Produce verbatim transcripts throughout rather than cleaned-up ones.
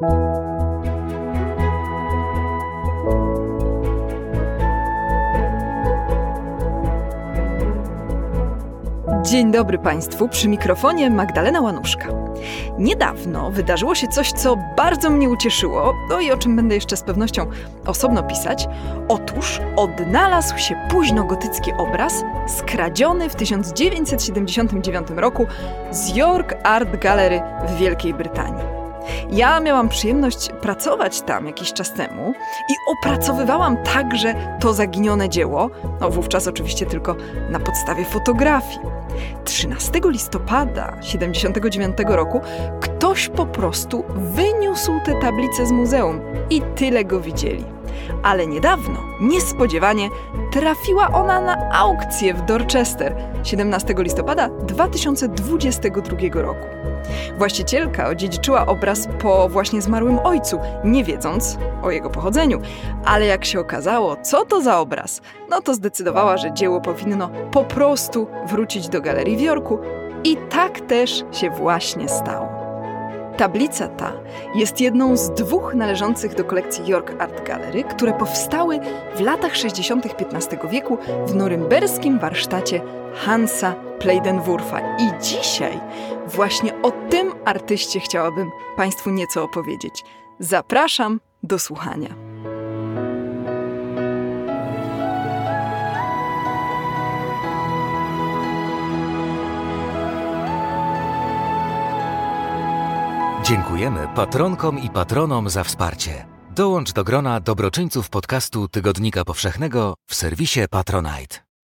Dzień dobry Państwu, przy mikrofonie Magdalena Łanuszka. Niedawno wydarzyło się coś, co bardzo mnie ucieszyło, no i o czym będę jeszcze z pewnością osobno pisać. Otóż odnalazł się późnogotycki obraz skradziony w tysiąc dziewięćset siedemdziesiątym dziewiątym roku z York Art Gallery w Wielkiej Brytanii. Ja miałam przyjemność pracować tam jakiś czas temu i opracowywałam także to zaginione dzieło, no wówczas oczywiście tylko na podstawie fotografii. trzynastego listopada tysiąc dziewięćset siedemdziesiątego dziewiątego roku ktoś po prostu wyniósł tę tablicę z muzeum i tyle go widzieli. Ale niedawno, niespodziewanie, trafiła ona na aukcję w Dorchester siedemnastego listopada dwa tysiące dwudziestego drugiego roku. Właścicielka odziedziczyła obraz po właśnie zmarłym ojcu, nie wiedząc o jego pochodzeniu. Ale jak się okazało, co to za obraz, no to zdecydowała, że dzieło powinno po prostu wrócić do galerii w Yorku. I tak też się właśnie stało. Tablica ta jest jedną z dwóch należących do kolekcji York Art Gallery, które powstały w latach sześćdziesiątych piętnastego wieku w norymberskim warsztacie Hansa Pleidenwurfa. I dzisiaj właśnie o tym artyście chciałabym Państwu nieco opowiedzieć. Zapraszam do słuchania. Dziękujemy patronkom i patronom za wsparcie. Dołącz do grona dobroczyńców podcastu Tygodnika Powszechnego w serwisie Patronite.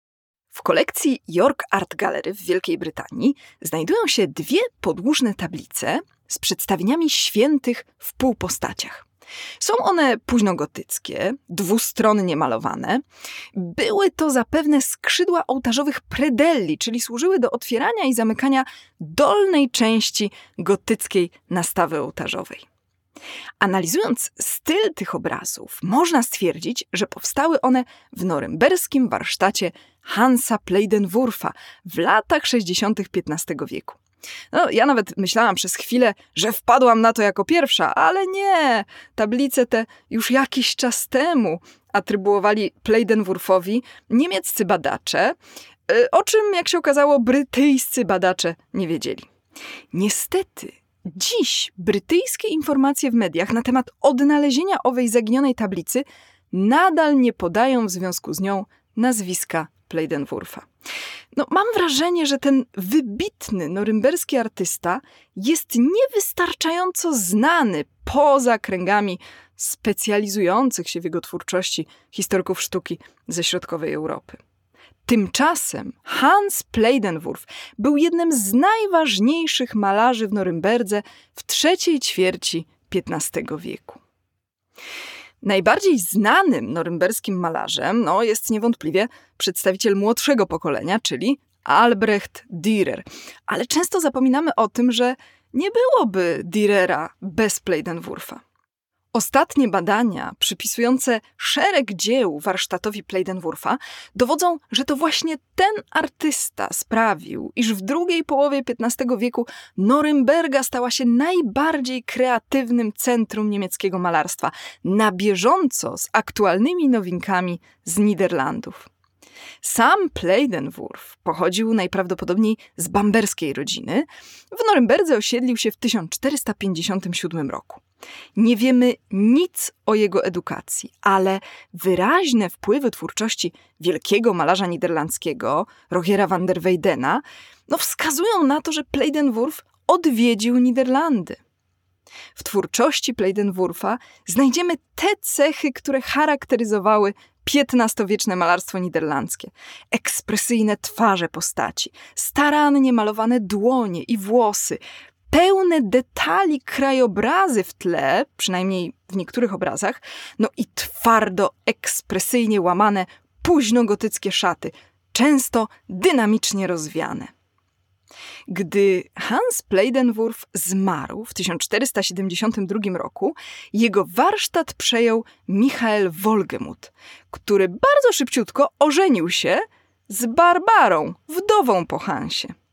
W kolekcji York Art Gallery w Wielkiej Brytanii znajdują się dwie podłużne tablice z przedstawieniami świętych w półpostaciach. Są one późnogotyckie, dwustronnie malowane. Były to zapewne skrzydła ołtarzowych predelli, czyli służyły do otwierania i zamykania dolnej części gotyckiej nastawy ołtarzowej. Analizując styl tych obrazów, można stwierdzić, że powstały one w norymberskim warsztacie Hansa Pleidenwurfa w latach sześćdziesiątych piętnastego wieku. No, ja nawet myślałam przez chwilę, że wpadłam na to jako pierwsza, ale nie. Tablice te już jakiś czas temu atrybuowali Pleidenwurfowi niemieccy badacze, o czym, jak się okazało, brytyjscy badacze nie wiedzieli. Niestety, dziś brytyjskie informacje w mediach na temat odnalezienia owej zaginionej tablicy nadal nie podają w związku z nią nazwiska Pleidenwurfa. No, mam wrażenie, że ten wybitny norymberski artysta jest niewystarczająco znany poza kręgami specjalizujących się w jego twórczości historyków sztuki ze środkowej Europy. Tymczasem Hans Pleidenwurf był jednym z najważniejszych malarzy w Norymberdze w trzeciej ćwierci piętnastego wieku. Najbardziej znanym norymberskim malarzem no, jest niewątpliwie przedstawiciel młodszego pokolenia, czyli Albrecht Dürer. Ale często zapominamy o tym, że nie byłoby Dürera bez Pleidenwurfa. Ostatnie badania przypisujące szereg dzieł warsztatowi Pleidenwurfa dowodzą, że to właśnie ten artysta sprawił, iż w drugiej połowie piętnastego wieku Norymberga stała się najbardziej kreatywnym centrum niemieckiego malarstwa, na bieżąco z aktualnymi nowinkami z Niderlandów. Sam Pleidenwurf pochodził najprawdopodobniej z bamberskiej rodziny. W Norymberdze osiedlił się w tysiąc czterysta pięćdziesiątym siódmym roku. Nie wiemy nic o jego edukacji, ale wyraźne wpływy twórczości wielkiego malarza niderlandzkiego, Rogera van der Weydena, no wskazują na to, że Pleidenwurf odwiedził Niderlandy. W twórczości Pleidenwurfa znajdziemy te cechy, które charakteryzowały piętnastowieczne malarstwo niderlandzkie. Ekspresyjne twarze postaci, starannie malowane dłonie i włosy, pełne detali krajobrazy w tle, przynajmniej w niektórych obrazach, no i twardo, ekspresyjnie łamane późnogotyckie szaty, często dynamicznie rozwiane. Gdy Hans Pleidenwurf zmarł w tysiąc czterysta siedemdziesiątym drugim roku, jego warsztat przejął Michael Wolgemut, który bardzo szybciutko ożenił się z Barbarą, wdową po Hansie.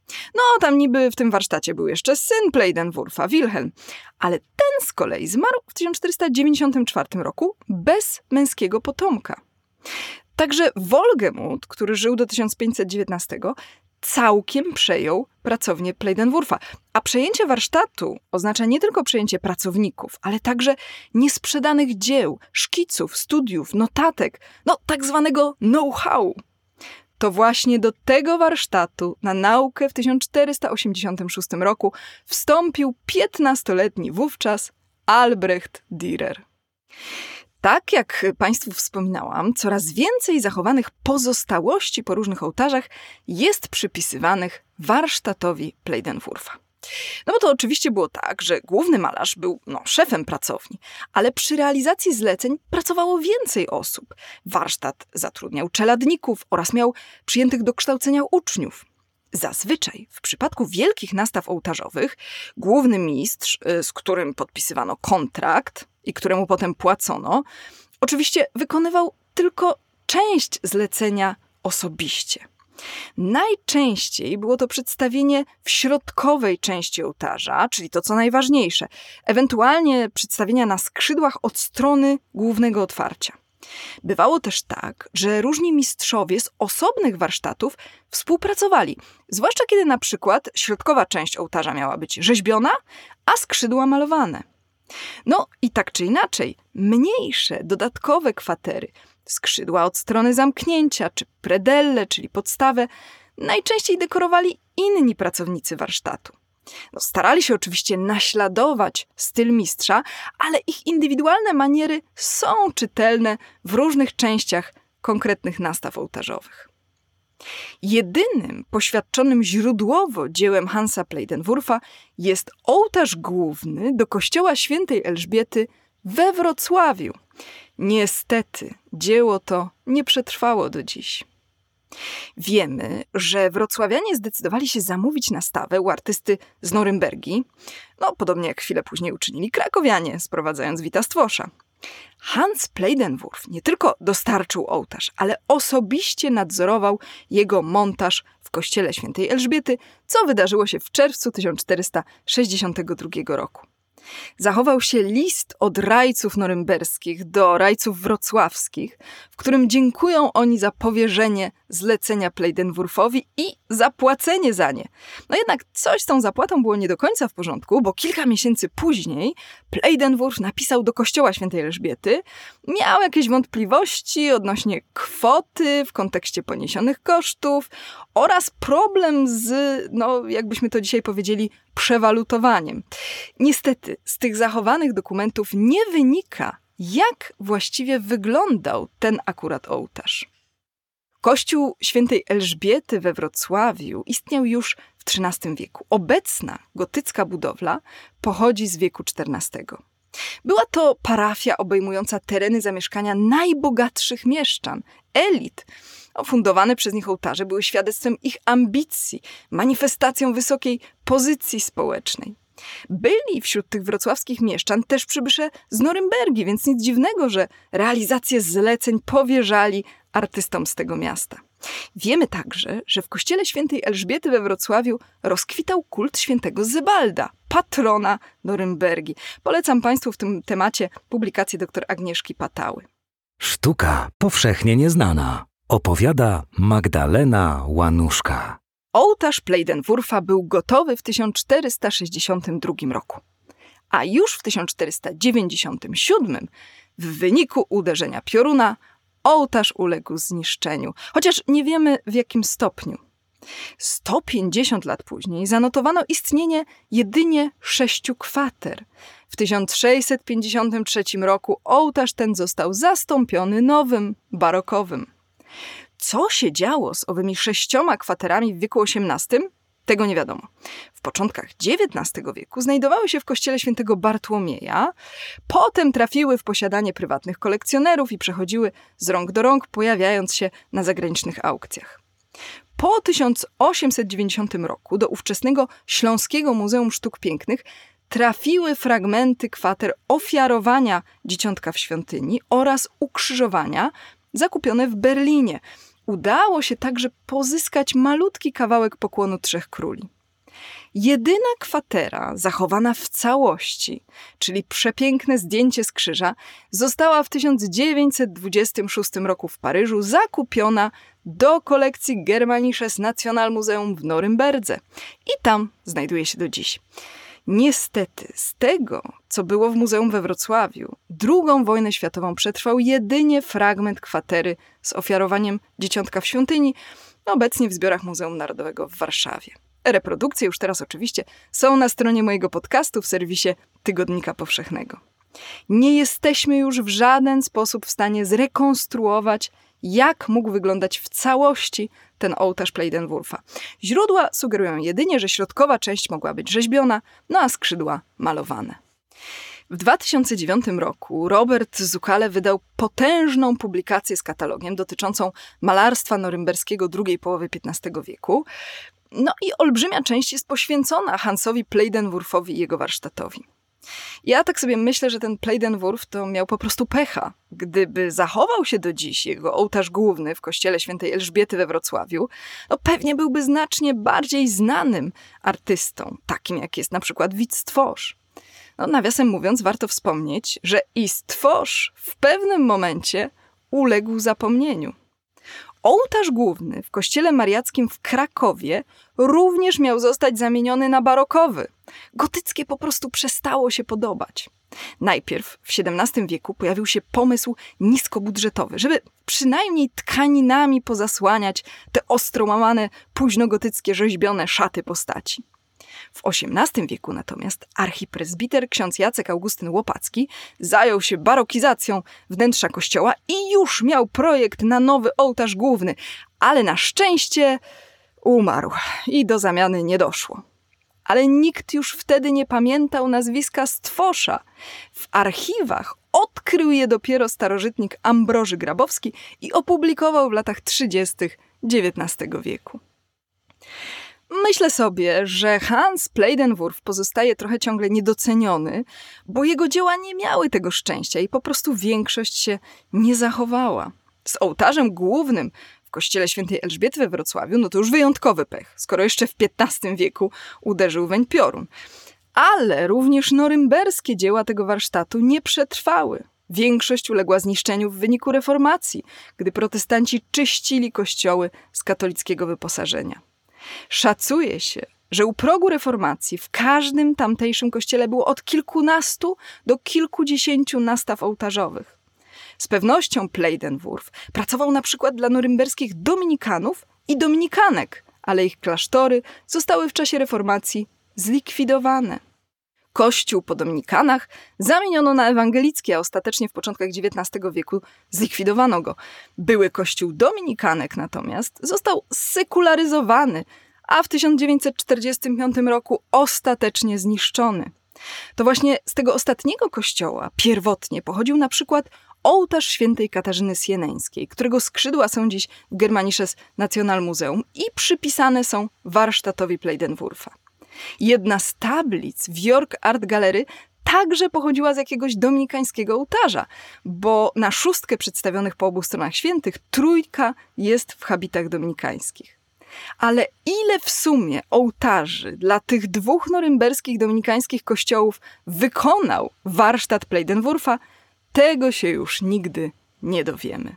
No, tam niby w tym warsztacie był jeszcze syn Pleidenwurfa, Wilhelm, ale ten z kolei zmarł w tysiąc czterysta dziewięćdziesiątym czwartym roku bez męskiego potomka. Także Wolgemut, który żył do tysiąc pięćset dziewiętnastego, całkiem przejął pracownię Pleidenwurfa. A przejęcie warsztatu oznacza nie tylko przejęcie pracowników, ale także niesprzedanych dzieł, szkiców, studiów, notatek, no tak zwanego know-how. To właśnie do tego warsztatu na naukę w tysiąc czterysta osiemdziesiątym szóstym roku wstąpił piętnastoletni wówczas Albrecht Dürer. Tak jak Państwu wspominałam, coraz więcej zachowanych pozostałości po różnych ołtarzach jest przypisywanych warsztatowi Pleidenwurfa. No bo to oczywiście było tak, że główny malarz był no, szefem pracowni, ale przy realizacji zleceń pracowało więcej osób. Warsztat zatrudniał czeladników oraz miał przyjętych do kształcenia uczniów. Zazwyczaj w przypadku wielkich nastaw ołtarzowych główny mistrz, z którym podpisywano kontrakt i któremu potem płacono, oczywiście wykonywał tylko część zlecenia osobiście. Najczęściej było to przedstawienie w środkowej części ołtarza, czyli to co najważniejsze, ewentualnie przedstawienia na skrzydłach od strony głównego otwarcia. Bywało też tak, że różni mistrzowie z osobnych warsztatów współpracowali, zwłaszcza kiedy na przykład środkowa część ołtarza miała być rzeźbiona, a skrzydła malowane. No i tak czy inaczej, mniejsze, dodatkowe kwatery, skrzydła od strony zamknięcia, czy predelle, czyli podstawę, najczęściej dekorowali inni pracownicy warsztatu. No, starali się oczywiście naśladować styl mistrza, ale ich indywidualne maniery są czytelne w różnych częściach konkretnych nastaw ołtarzowych. Jedynym poświadczonym źródłowo dziełem Hansa Pleidenwurfa jest ołtarz główny do kościoła świętej Elżbiety we Wrocławiu. Niestety, dzieło to nie przetrwało do dziś. Wiemy, że wrocławianie zdecydowali się zamówić nastawę u artysty z Norymbergi, no podobnie jak chwilę później uczynili krakowianie, sprowadzając Wita Stwosza. Hans Pleidenwurf nie tylko dostarczył ołtarz, ale osobiście nadzorował jego montaż w kościele świętej Elżbiety, co wydarzyło się w czerwcu tysiąc czterysta sześćdziesiątego drugiego roku. Zachował się list od rajców norymberskich do rajców wrocławskich, w którym dziękują oni za powierzenie zlecenia Pleidenwurfowi i zapłacenie za nie. No jednak coś z tą zapłatą było nie do końca w porządku, bo kilka miesięcy później Pleidenwurf napisał do kościoła świętej Elżbiety, miał jakieś wątpliwości odnośnie kwoty w kontekście poniesionych kosztów oraz problem z, no jakbyśmy to dzisiaj powiedzieli, przewalutowaniem. Niestety z tych zachowanych dokumentów nie wynika, jak właściwie wyglądał ten akurat ołtarz. Kościół świętej Elżbiety we Wrocławiu istniał już w trzynastym wieku. Obecna gotycka budowla pochodzi z wieku czternastego. Była to parafia obejmująca tereny zamieszkania najbogatszych mieszczan, elit. Fundowane przez nich ołtarze były świadectwem ich ambicji, manifestacją wysokiej pozycji społecznej. Byli wśród tych wrocławskich mieszczan też przybysze z Norymbergi, więc nic dziwnego, że realizację zleceń powierzali artystom z tego miasta. Wiemy także, że w kościele świętej Elżbiety we Wrocławiu rozkwitał kult świętego Zebalda, patrona Norymbergi. Polecam Państwu w tym temacie publikację dr Agnieszki Patały. Sztuka powszechnie nieznana. Opowiada Magdalena Łanuszka. Ołtarz Pleidenwurfa był gotowy w tysiąc czterysta sześćdziesiątym drugim roku, a już w tysiąc czterysta dziewięćdziesiątym siódmym w wyniku uderzenia pioruna ołtarz uległ zniszczeniu, chociaż nie wiemy w jakim stopniu. sto pięćdziesiąt lat później zanotowano istnienie jedynie sześciu kwater. W tysiąc sześćset pięćdziesiątym trzecim roku ołtarz ten został zastąpiony nowym, barokowym. Co się działo z owymi sześcioma kwaterami w wieku osiemnastym? Tego nie wiadomo. W początkach dziewiętnastego wieku znajdowały się w kościele świętego Bartłomieja, potem trafiły w posiadanie prywatnych kolekcjonerów i przechodziły z rąk do rąk, pojawiając się na zagranicznych aukcjach. Po tysiąc osiemset dziewięćdziesiątym roku do ówczesnego Śląskiego Muzeum Sztuk Pięknych trafiły fragmenty kwater ofiarowania Dzieciątka w świątyni oraz ukrzyżowania zakupione w Berlinie. udało się także pozyskać malutki kawałek pokłonu Trzech Króli. Jedyna kwatera zachowana w całości, czyli przepiękne zdjęcie z krzyża, została w tysiąc dziewięćset dwudziestym szóstym roku w Paryżu zakupiona do kolekcji Germanisches Nationalmuseum w Norymberdze i tam znajduje się do dziś. Niestety z tego, co było w muzeum we Wrocławiu, drugą wojnę światową przetrwał jedynie fragment kwatery z ofiarowaniem dzieciątka w świątyni, obecnie w zbiorach Muzeum Narodowego w Warszawie. Reprodukcje już teraz oczywiście są na stronie mojego podcastu w serwisie Tygodnika Powszechnego. Nie jesteśmy już w żaden sposób w stanie zrekonstruować, jak mógł wyglądać w całości ten ołtarz Pleidenwurfa. Źródła sugerują jedynie, że środkowa część mogła być rzeźbiona, no a skrzydła malowane. W dwa tysiące dziewiątym roku Robert Zukale wydał potężną publikację z katalogiem dotyczącą malarstwa norymberskiego drugiej połowy piętnastego wieku. No i olbrzymia część jest poświęcona Hansowi Pleidenwurfowi i jego warsztatowi. Ja tak sobie myślę, że ten Pleidenwurf to miał po prostu pecha. Gdyby zachował się do dziś jego ołtarz główny w kościele świętej Elżbiety we Wrocławiu, no pewnie byłby znacznie bardziej znanym artystą, takim jak jest na przykład Wit Stworz. No, nawiasem mówiąc, warto wspomnieć, że i Stworz w pewnym momencie uległ zapomnieniu. Ołtarz główny w kościele mariackim w Krakowie również miał zostać zamieniony na barokowy. Gotyckie po prostu przestało się podobać. Najpierw w siedemnastym wieku pojawił się pomysł niskobudżetowy, żeby przynajmniej tkaninami pozasłaniać te ostro łamane, późnogotyckie, rzeźbione szaty postaci. W osiemnastym wieku natomiast archipresbiter ksiądz Jacek Augustyn Łopacki zajął się barokizacją wnętrza kościoła i już miał projekt na nowy ołtarz główny, ale na szczęście umarł i do zamiany nie doszło. Ale nikt już wtedy nie pamiętał nazwiska Stwosza. W archiwach odkrył je dopiero starożytnik Ambroży Grabowski i opublikował w latach trzydziestych dziewiętnastego wieku. Myślę sobie, że Hans Pleidenwurf pozostaje trochę ciągle niedoceniony, bo jego dzieła nie miały tego szczęścia i po prostu większość się nie zachowała. Z ołtarzem głównym w kościele świętej Elżbiety we Wrocławiu, no to już wyjątkowy pech, skoro jeszcze w piętnastym wieku uderzył weń piorun. Ale również norymberskie dzieła tego warsztatu nie przetrwały. Większość uległa zniszczeniu w wyniku reformacji, gdy protestanci czyścili kościoły z katolickiego wyposażenia. Szacuje się, że u progu reformacji w każdym tamtejszym kościele było od kilkunastu do kilkudziesięciu nastaw ołtarzowych. Z pewnością Pleidenwurf pracował na przykład dla norymberskich dominikanów i dominikanek, ale ich klasztory zostały w czasie reformacji zlikwidowane. Kościół po dominikanach zamieniono na ewangelicki, a ostatecznie w początkach dziewiętnastego wieku zlikwidowano go. Były kościół dominikanek natomiast został sekularyzowany, a w tysiąc dziewięćset czterdziestym piątym roku ostatecznie zniszczony. To właśnie z tego ostatniego kościoła pierwotnie pochodził na przykład ołtarz świętej Katarzyny Sieneńskiej, którego skrzydła są dziś w Germanisches Nationalmuseum i przypisane są warsztatowi Pleidenwurfa. Jedna z tablic w York Art Gallery także pochodziła z jakiegoś dominikańskiego ołtarza, bo na szóstkę przedstawionych po obu stronach świętych trójka jest w habitach dominikańskich. Ale ile w sumie ołtarzy dla tych dwóch norymberskich dominikańskich kościołów wykonał warsztat Pleidenwurfa, tego się już nigdy nie dowiemy.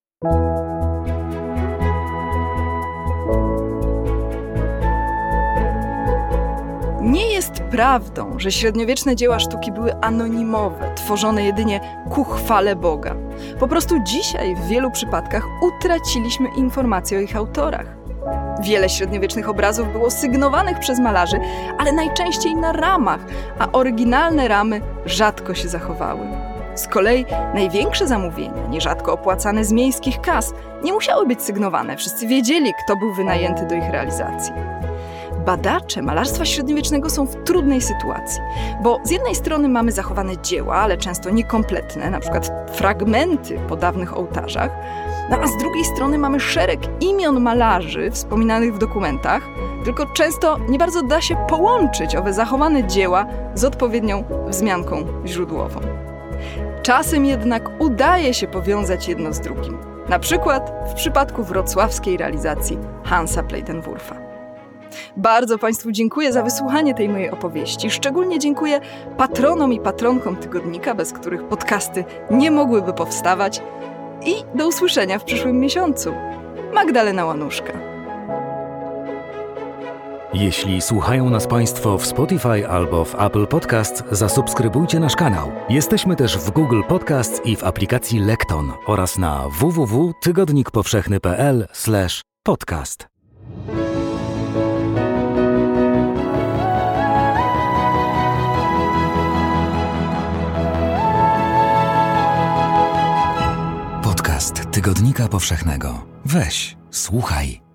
Nie jest prawdą, że średniowieczne dzieła sztuki były anonimowe, tworzone jedynie ku chwale Boga. Po prostu dzisiaj w wielu przypadkach utraciliśmy informacje o ich autorach. Wiele średniowiecznych obrazów było sygnowanych przez malarzy, ale najczęściej na ramach, a oryginalne ramy rzadko się zachowały. Z kolei największe zamówienia, nierzadko opłacane z miejskich kas, nie musiały być sygnowane. Wszyscy wiedzieli, kto był wynajęty do ich realizacji. Badacze malarstwa średniowiecznego są w trudnej sytuacji, bo z jednej strony mamy zachowane dzieła, ale często niekompletne, na przykład fragmenty po dawnych ołtarzach, no a z drugiej strony mamy szereg imion malarzy wspominanych w dokumentach, tylko często nie bardzo da się połączyć owe zachowane dzieła z odpowiednią wzmianką źródłową. Czasem jednak udaje się powiązać jedno z drugim. Na przykład w przypadku wrocławskiej realizacji Hansa Pleydenwurfa. Bardzo Państwu dziękuję za wysłuchanie tej mojej opowieści. Szczególnie dziękuję patronom i patronkom tygodnika, bez których podcasty nie mogłyby powstawać. I do usłyszenia w przyszłym miesiącu. Magdalena Łanuszka. Jeśli słuchają nas Państwo w Spotify albo w Apple Podcasts, zasubskrybujcie nasz kanał. Jesteśmy też w Google Podcasts i w aplikacji Lekton oraz na w w w kropka tygodnik powszechny kropka p l slash podcast. Podcast Tygodnika Powszechnego. Weź, słuchaj.